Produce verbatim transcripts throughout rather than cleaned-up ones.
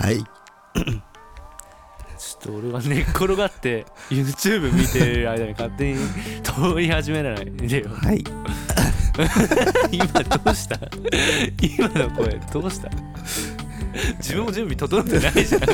はいちょっと俺は寝っ転がって YouTube 見てる間に勝手に通り始めらないでよ。 はい今どうした今の声どうした自分も準備整ってないじゃんや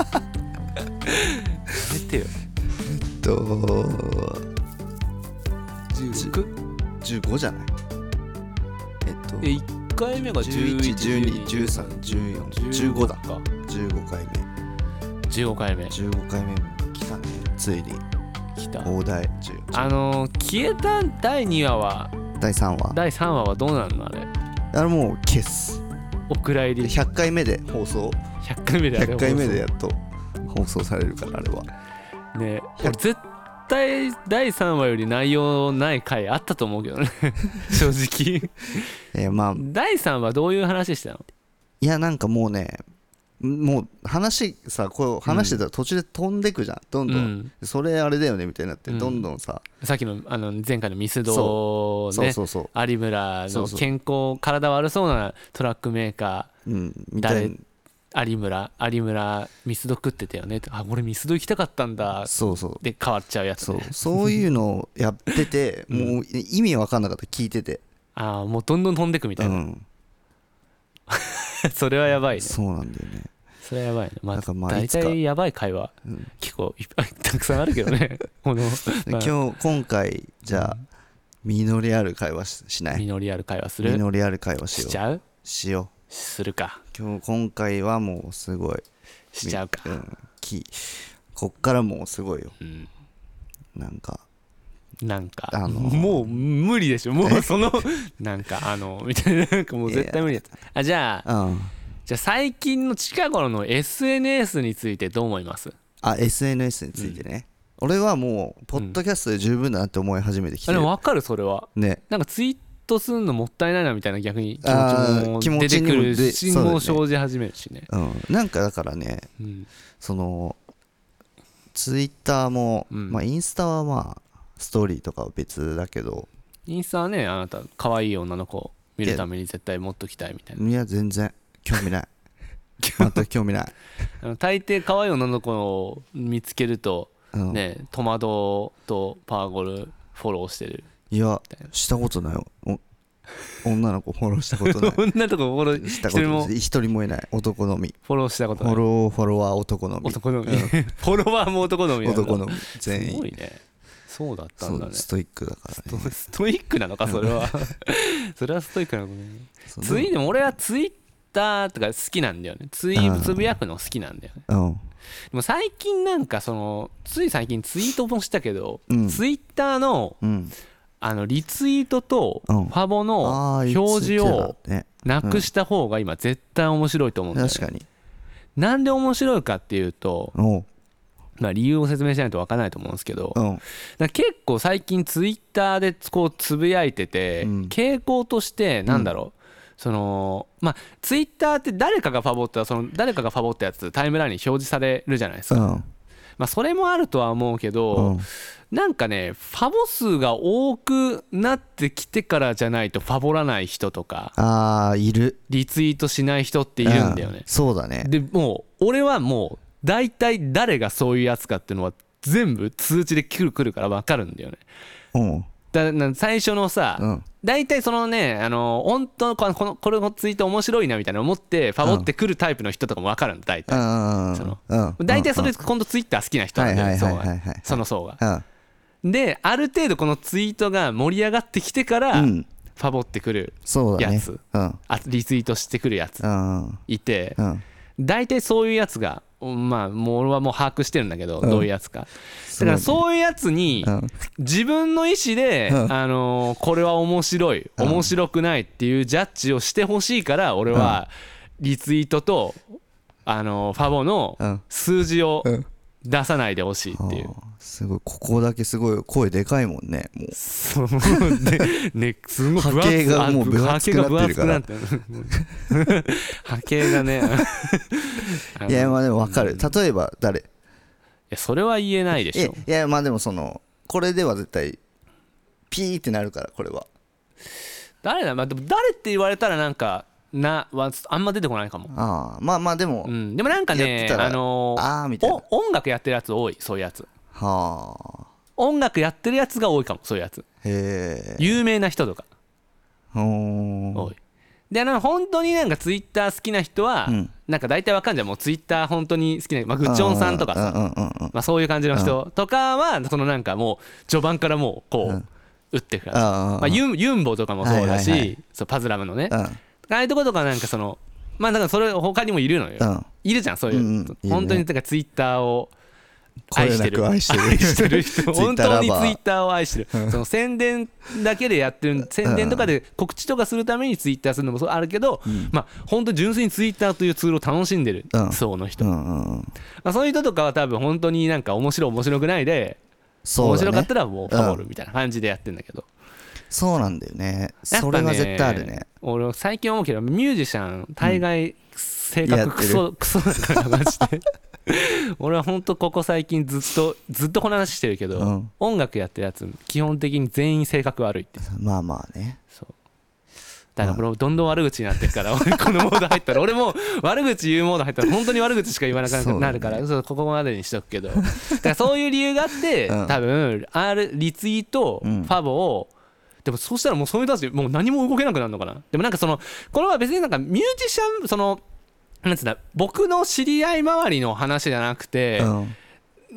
めてよ。 えっとじゅうじゅうごじゃないえっとえいっかいめがじゅういち、 じゅういち、じゅうに、じゅうさん、じゅうよん、じゅうごだかじゅうごかいめじゅうごかいめじゅうごかいめ来たね。ついに来た。 大台あのー、消えただいにわはだいさんわだいさんわはどうなるのあれ。 あれもう消す。 お蔵入りひゃっかいめで放送ひゃっかいめであれひゃっかいめでやっと放送されるからあれはね。俺絶対だいさんわより内容ない回あったと思うけどね正直えー、まあだいさんわどういう話してたの。 いやなんかもうねもう話さこう話してたら途中で飛んでくじゃんどんどん、うん、それあれだよねみたいになってどんどんさ、 うん、さっきのあの前回のミスドね有村の健康体悪そうなトラックメーカー、うん、みたいな有村有村ミスド食ってたよね。あ俺ミスド行きたかったんだ。 そうそうで変わっちゃうやつ、ね、 そうそういうのをやっててもう意味わかんなかった聞いててああもうどんどん飛んでくみたいな、うん、それはやばいね。 そうなんだよね。 それはやばいね。まあ大体やばい会話、うん、結構いっぱいたくさんあるけどねこの、 まあ、今日今回じゃあ、うん、実りある会話 し, しない実りある会話する。 実りある会話しよう。 しちゃうしようするか。 今日今回はもうすごいしちゃうか、 うん、きこっからもうすごいよ、うん、なんかなんか、あのー、もう無理でしょもうそのなんかあのみたいななんかもう絶対無理やつ。あじゃあ、うん、じゃあ最近の近頃の エスエヌエス についてどう思います。 あ エスエヌエス についてね、うん、俺はもうポッドキャストで十分だなって思い始めてきてる、 うん、あでも分かるそれはね。なんかツイートするのもったいないなみたいな逆に気持ちも出てくるしも生じ始めるしね、 うん、なんかだからね、うん、そのツイッターも、うん、まあインスタはまあストーリーとかは別だけどインスタはねあなた可愛い女の子見るために絶対持っときたいみたいな。 いや全然興味ない全く興味ないあの大抵可愛い女の子を見つけると、うん、ねトマドとパーゴルフォローしてる。 いやしたことないよ女の子フォローしたことない女の子フォローしたことない一人もいない。男のみフォローしたことない。 フォローフォロワー男のみ男のみ、うん、フォロワーも男のみなんだ。 男のみ全員すごいね。そうだったんだね。 ストイックだからね。 ストイックなのかそれはそれはストイックなのね。ツイでも俺はツイッターとか好きなんだよね。ツイつぶやくの好きなんだよね。うんでも最近なんかそのつい最近ツイートもしたけど、うん、ツイッターの、うん、あのリツイートとファボの表示をなくした方が今絶対面白いと思うんだよね。 確かに。 なんで面白いかっていうと、まあ理由を説明しないと分からないと思うんですけど、だ結構最近ツイッターでこうつぶやいてて、うん、傾向としてなんだろう、うんそのまあ、ツイッターって誰かがファボったその誰かがファボったやつタイムラインに表示されるじゃないですか、うんまあ、それもあるとは思うけど、うん、なんかねファボ数が多くなってきてからじゃないとファボらない人とかあーいるリツイートしない人っているんだよね、うん、 そうだね。 でもう俺はもう大体誰がそういうやつかっていうのは全部通知で来る来るから分かるんだよね、うんだ最初のさ、うん、大体そのねあの本当このこれのツイート面白いなみたいなの思ってファボってくるタイプの人とかも分かるの大体、うん、その、うん、大体それ今度ツイッター好きな人なんだよその層が、うん、である程度このツイートが盛り上がってきてから、うん、ファボってくるやつ、ねうん、あリツイートしてくるやついて、うん、大体そういうやつがまあもう俺はもう把握してるんだけど、うん、どういうやつかだからそういうやつに自分の意思で、うん、あのー、これは面白い面白くないっていうジャッジをしてほしいから俺はリツイートと、あのー、ファボの数字を出さないでほしいっていう、うん、 すごいここだけすごい声でかいもんねもうそうで、ね、すごい波形がもう分厚くなってるから波形がねいやまあでも分かる。例えば誰いやそれは言えないでしょ。 いやまあでもそのこれでは絶対ピーってなるからこれは誰だ、まあ、でも誰って言われたらなんかなはあんま出てこないかも。 ああまあまあでも、 うん、でもなんかねあのー、 あーみたいな音楽やってるやつ多いそういうやつ。 はあ音楽やってるやつが多いかもそういうやつ。 へえ有名な人とかほ多い。であの本当になんかツイッター好きな人は、うん、なんか大体わかんじゃんもうツイッター本当に好きな、まあ、グッチョンさんとかさ、まあ、そういう感じの人とかはそのなんかもう序盤からもうこう、うん、打ってくから、まあ、ユン、ユンボとかもそうだし、はいはいはい、そうパズラムのね、うん、ああいうとことかなんかそのまあだからそれ他にもいるのよ、うん、いるじゃんそういう、うんうん、本当になんかツイッターを愛してる愛してる人本当にツイッターを愛してるその宣伝だけでやってる宣伝とかで告知とかするためにツイッターするのもあるけど、うん、まあ本当に純粋にツイッターというツールを楽しんでる層の人、うんうんうんまあ、そういう人とかは多分本当になんか面白い面白くないで、ね、面白かったらもうファボるみたいな感じでやってんだけど、 そうなんだよねそれは絶対あるね。 俺最近思うけどミュージシャン大概性格クソ、うん、クソだからマジで俺は本当ここ最近ずっとずっとこの話してるけど、うん、音楽やってるやつ基本的に全員性格悪いって。 まあまあねそうだから俺どんどん悪口になってるから俺このモード入ったら俺も悪口言うモード入ったら本当に悪口しか言わなくなるからそう、ね、そうここまでにしとくけどだからそういう理由があって、うん、多分 R リツイート、うん、ファボをでもそうしたらもうそういう人たちもう何も動けなくなるのかな。でもなんかそのこれは別になんかミュージシャンそのなんつうんだ僕の知り合い周りの話じゃなくて、うん、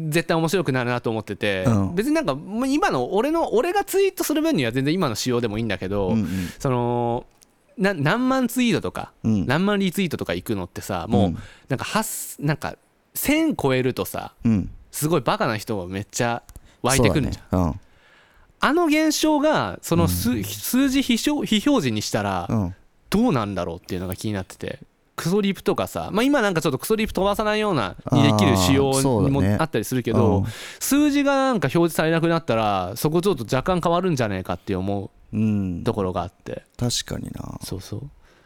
絶対面白くなるなと思ってて、うん、別になんか今の俺の俺がツイートする分には全然今の仕様でもいいんだけど、うんうん、そのな何万ツイートとか、うん、何万リツイートとかいくのってさもうなんかはなんかせん超えるとさ、うん、すごいバカな人がめっちゃ湧いてくるんじゃん、ねうん、あの現象がその 数,、うん、数字非表示にしたらどうなんだろうっていうのが気になってて。クソリプとかさ、まあ、今なんかちょっとクソリプ飛ばさないようなにできる仕様にもあったりするけど、ねうん、数字がなんか表示されなくなったらそこちょっと若干変わるんじゃねえかって思うところがあって、 うん、確かにな。 そうそう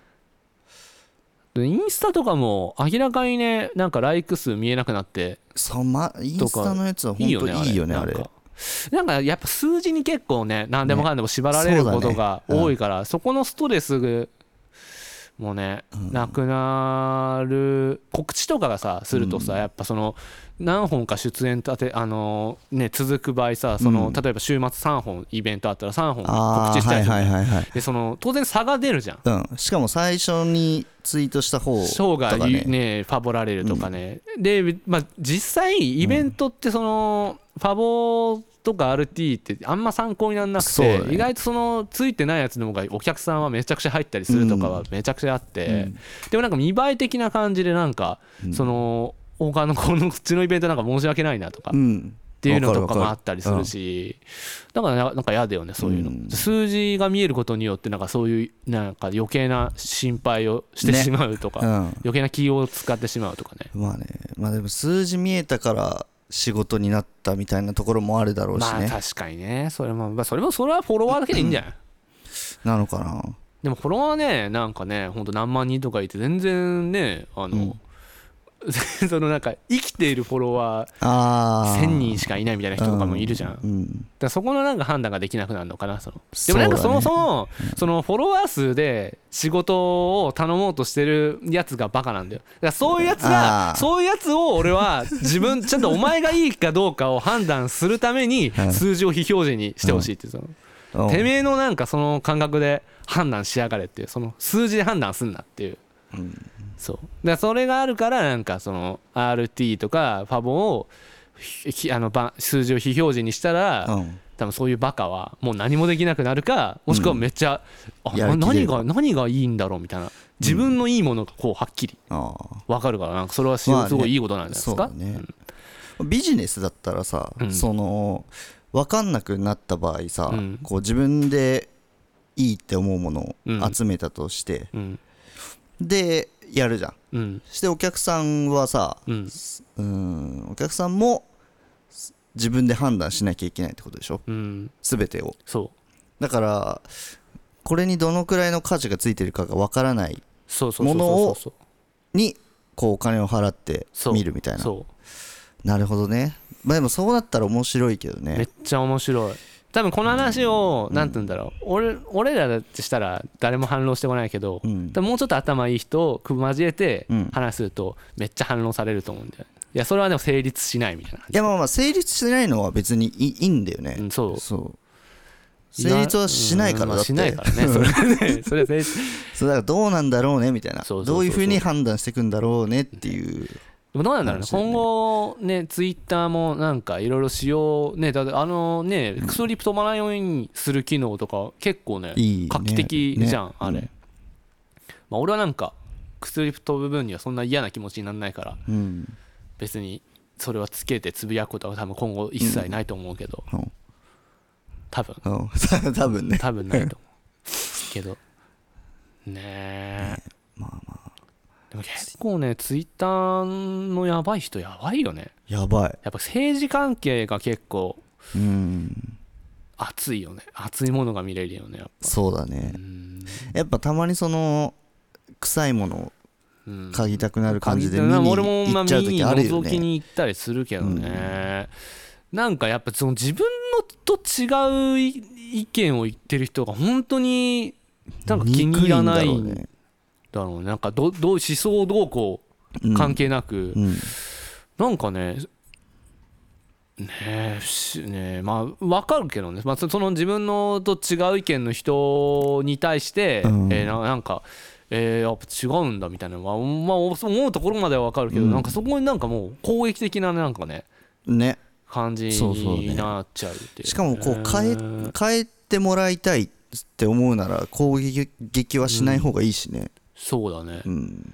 でインスタとかも明らかにねなんかライク数見えなくなってそう、ま、インスタのやつは本当にいいよねあれ。 なんかやっぱ数字に結構ね何でもかんでも縛られることが多いから、ねうん、そこのストレスもうね、うん、なくなる告知とかがさするとさ、うん、やっぱその何本か出演立てあのね続く場合さその、うん、例えば週末さんほんイベントあったらさんほん告知したりとか、はいはいはいはい、でその当然差が出るじゃん、 うん、しかも最初にツイートした方とかねがねファボられるとかね、うん、で、まあ、実際イベントってその、うん、ファボとか アールティー ってあんま参考にならなくて、ね、意外とそのついてないやつの方がお客さんはめちゃくちゃ入ったりするとかはめちゃくちゃあって、うん、でもなんか見栄え的な感じでなんか、うん、その他のこのうちのイベントなんか申し訳ないなとか、うん、っていうのとかもあったりするし、だからなんか嫌だよねそういうの、うん、数字が見えることによってなんかそういうなんか余計な心配をしてしまうとか、ねうん、余計な気を使ってしまうとかね。 まあね、まあでも数字見えたから仕事になったみたいなところもあるだろうしね。 まあ確かにねそれも、まあ、それもそれはフォロワーだけでいいんじゃない、 うん、なのかな。 でもフォロワーねなんかねほんと何万人とかいて全然ねあの、うんそのなんか生きているフォロワーせんにんしかいないみたいな人とかもいるじゃん、うんうん、だからそこのなんか判断ができなくなるのかなそのでもなんかそもそもそのフォロワー数で仕事を頼もうとしてるやつがバカなんだよ。だからそういうやつがそういうやつを俺は自分ちゃんとお前がいいかどうかを判断するために数字を非表示にしてほしいっていうそのてめえのなんかその感覚で判断しやがれっていうその数字で判断すんなっていう、うんそうだからそれがあるからなんかその アールティー とかファボをあの数字を非表示にしたら、うん、多分そういうバカはもう何もできなくなるかもしくはめっちゃ、うん、あ何が何がいいんだろうみたいな自分のいいものがこうはっきり分かるからなんかそれはすごいいいことなんじゃないですか、まあねそうだねうん、ビジネスだったらさ、うん、その分かんなくなった場合さ、うん、こう自分でいいって思うものを集めたとして、うんうん、でやるじゃん、うん、してお客さんはさ、うん、うんお客さんも自分で判断しなきゃいけないってことでしょ、うん、全てを。そうだからこれにどのくらいの価値がついてるかがわからないものをにこうお金を払って見るみたいな。そうなるほどね。まあでもそうなったら面白いけどね。 めっちゃ面白い。 多分この話を何て言うんだろう、俺俺らだってしたら誰も反論してこないけど、うん、もうちょっと頭いい人を交えて話するとめっちゃ反論されると思うんだよ。いやそれはでも成立しないみたいな。いやまあまあ成立しないのは別にいい、いいんだよね、うん、そうそう成立はしないからだって、うんまあ、 しないからねそれはねそれは成立そうだからどうなんだろうねみたいな、そうそうそうそうどういうふうに判断していくんだろうねっていう。 でもどうなんだろうね、今後ねツイッターもなんかいろいろ使用ね、だってあのねクソリプ飛ばないようにする機能とか結構ね画期的じゃん、ねね、あれ、うん、まあ俺はなんかクソリプ飛ぶ分にはそんな嫌な気持ちにならないから、うん、別にそれはつけてつぶやくことは多分今後一切ないと思うけど、うん、多分、 うん、多分ね多分ないと思うけどねえ、ね、まあまあでも結構ねツイッターのやばい人やばいよね。 やばい。 やっぱ政治関係が結構うん熱いよね。熱いものが見れるよねやっぱ。 そうだね。うんやっぱたまにその臭いものを嗅ぎたくなる感じで見に行っちゃう時あるよね。俺もまあ見に覗きに行ったりするけどね、うん、なんかやっぱその自分のと違う意見を言ってる人が本当になんか気に入らないんだろうね。なんか ど, どう思想動向関係なく、うんうん、なんかねねえねまあ分かるけどね、まあ、その自分のと違う意見の人に対して、うんえー、な, なんか、えー、やっぱ違うんだみたいなのは、まあ、思うところまでは分かるけど、うん、なんかそこになんかもう攻撃的ななんかねね感じになっちゃうっていう、ね、 そうそうね、しかもこう変え、変えてもらいたいって思うなら攻撃はしない方がいいしね、うんそうだね、うん、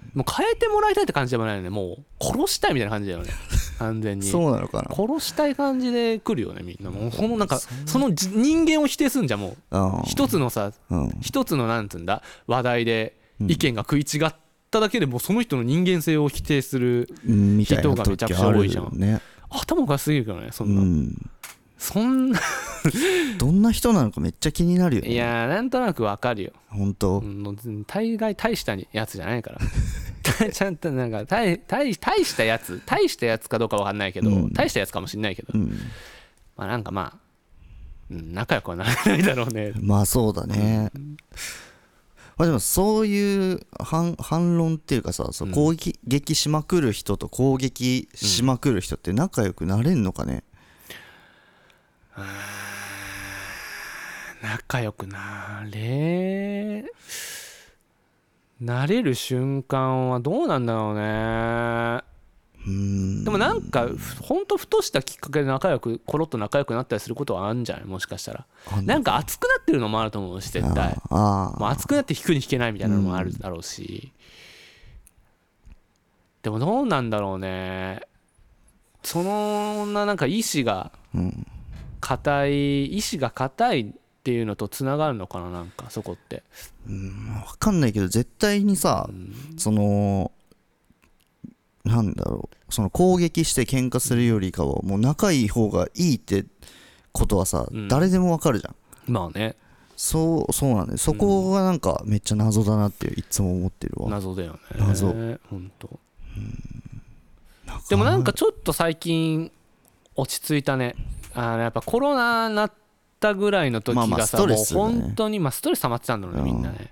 もう変えてもらいたいって感じでもないよね。もう殺したいみたいな感じだよね完全にそうなのかな。 殺したい感じで来るよねみんな。もうこのなんかその人間を否定するんじゃもう一つのさ、うん、一つのなんつうんだ話題で意見が食い違っただけでもうその人の人間性を否定する人がめちゃくちゃ多いじゃん、ね、頭おかしすぎるからねそんな、うんそんなどんな人なのかめっちゃ気になるよね。 いやーなんとなくわかるよ本当、 うん、大概大したやつじゃないからちゃんとなんか 大, 大, 大したやつ大したやつかどうかわかんないけど、うん、大したやつかもしんないけど、うん、まあなんかまあ、うん、仲良くはならないだろうね。 まあそうだね、うん、まあでもそういう反、反論っていうかさ、そう攻撃しまくる人と攻撃しまくる人って仲良くなれんのかね。 あ仲良くなれなれる瞬間はどうなんだろうね。うーんでもなんかほんとふとしたきっかけで仲良くコロッと仲良くなったりすることはあるんじゃないもしかしたら。なんか熱くなってるのもあると思うし絶対ああ、まあ、熱くなって引くに引けないみたいなのもあるだろうし、でもどうなんだろうね。そのななんか意志が硬い意志が硬いっていうのとつながるのかな。なんかそこってうん分かんないけど絶対にさ、うん、そのなんだろうその攻撃して喧嘩するよりかはもう仲いい方がいいってことはさ、うん、誰でも分かるじゃん。まあねそうそうなんだよ。そこがなんかめっちゃ謎だなっていつも思ってるわ。 謎だよね謎ほんと。うんでもなんかちょっと最近落ち着いたね。あのやっぱコロナになったぐらいの時がさ、まあまあストレスだね、もう本当にまあストレス溜まってたんだろうねみんなね。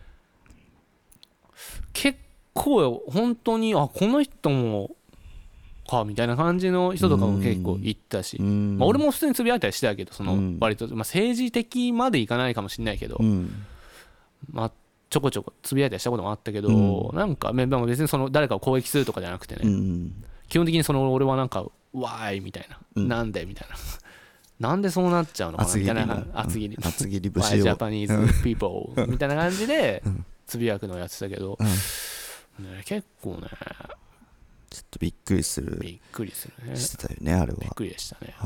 結構本当にあこの人もかみたいな感じの人とかも結構いったし、まあ、俺も普通につぶやいたりしてたけどその割と、まあ、政治的までいかないかもしれないけど、まあちょこちょこつぶやいたりしたこともあったけど、なんか別にその誰かを攻撃するとかじゃなくてね、基本的にその俺はなんかわーいみたいな、うん、なんでみたいななんでそうなっちゃうのかなみたいな厚切り厚切り節をジャパニーズピーポーみたいな感じでつぶやくのをやってたけど、うんね、結構ねちょっとびっくりするびっくりするねしてたよねあれは。 びっくりでしたね、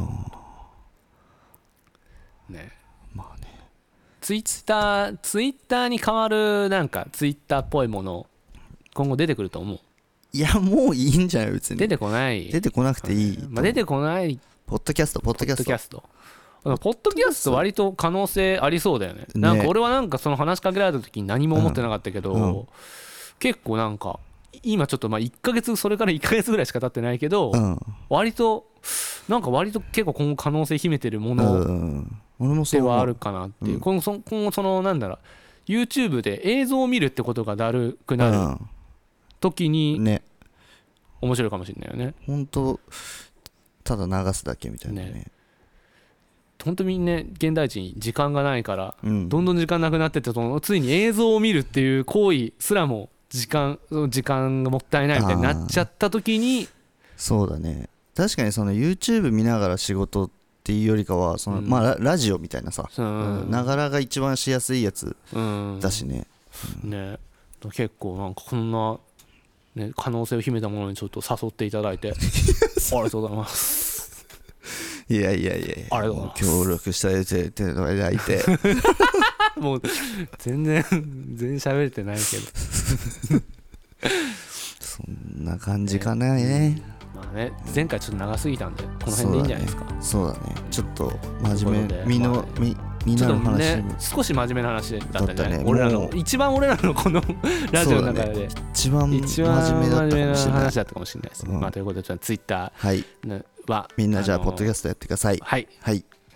うん、ねまあねツイッターツイッターに変わるなんかツイッターっぽいもの今後出てくると思う。 いやもういいんじゃない別に。 出てこない出てこなくていい、 まあ、出てこないポッドキャストポッドキャストポッドキャストポッドキャスト割と可能性ありそうだよね。なんか俺はなんかその話しかけられた時に何も思ってなかったけど、うんうん、結構なんか今ちょっとまあいっかげつそれからいっかげつぐらいしか経ってないけど、うん、割となんか割と結構今後可能性秘めてるもの俺もそうではあるかなっていう、うん、今後そ今後そのなんだろう YouTube で映像を見るってことがだるくなる時に、ね、面白いかもしれないよね。 本当ただ流すだけみたいなね。ね本当にね現代人時間がないから、うん、どんどん時間なくなってってそのついに映像を見るっていう行為すらも時間時間がもったいないみたいになっちゃった時に、 そうだね確かにその YouTube 見ながら仕事っていうよりかはその、うん、まあ ラ, ラジオみたいなさながらが一番しやすいやつだしね、 うん、ね結構なんかこんな、ね、可能性を秘めたものにちょっと誘っていただいてありがとうございますいやいやいやいや協力したいって言っていただいてもう全然全然喋れてないけどそんな感じかなね。 まあね前回ちょっと長すぎたんでこの辺でいいんじゃないですか。 そうだね、そうだねちょっと真面目みの、まあね、みんなの話、 ね、少し真面目な話だったね。俺らの一番俺らのこのラジオの中で、ね、 一番真面目だったかもしれない話だったかもしれないですね、うんまあ、ということでツイッターはみんなじゃあポッドキャストやってください。 はい、 はい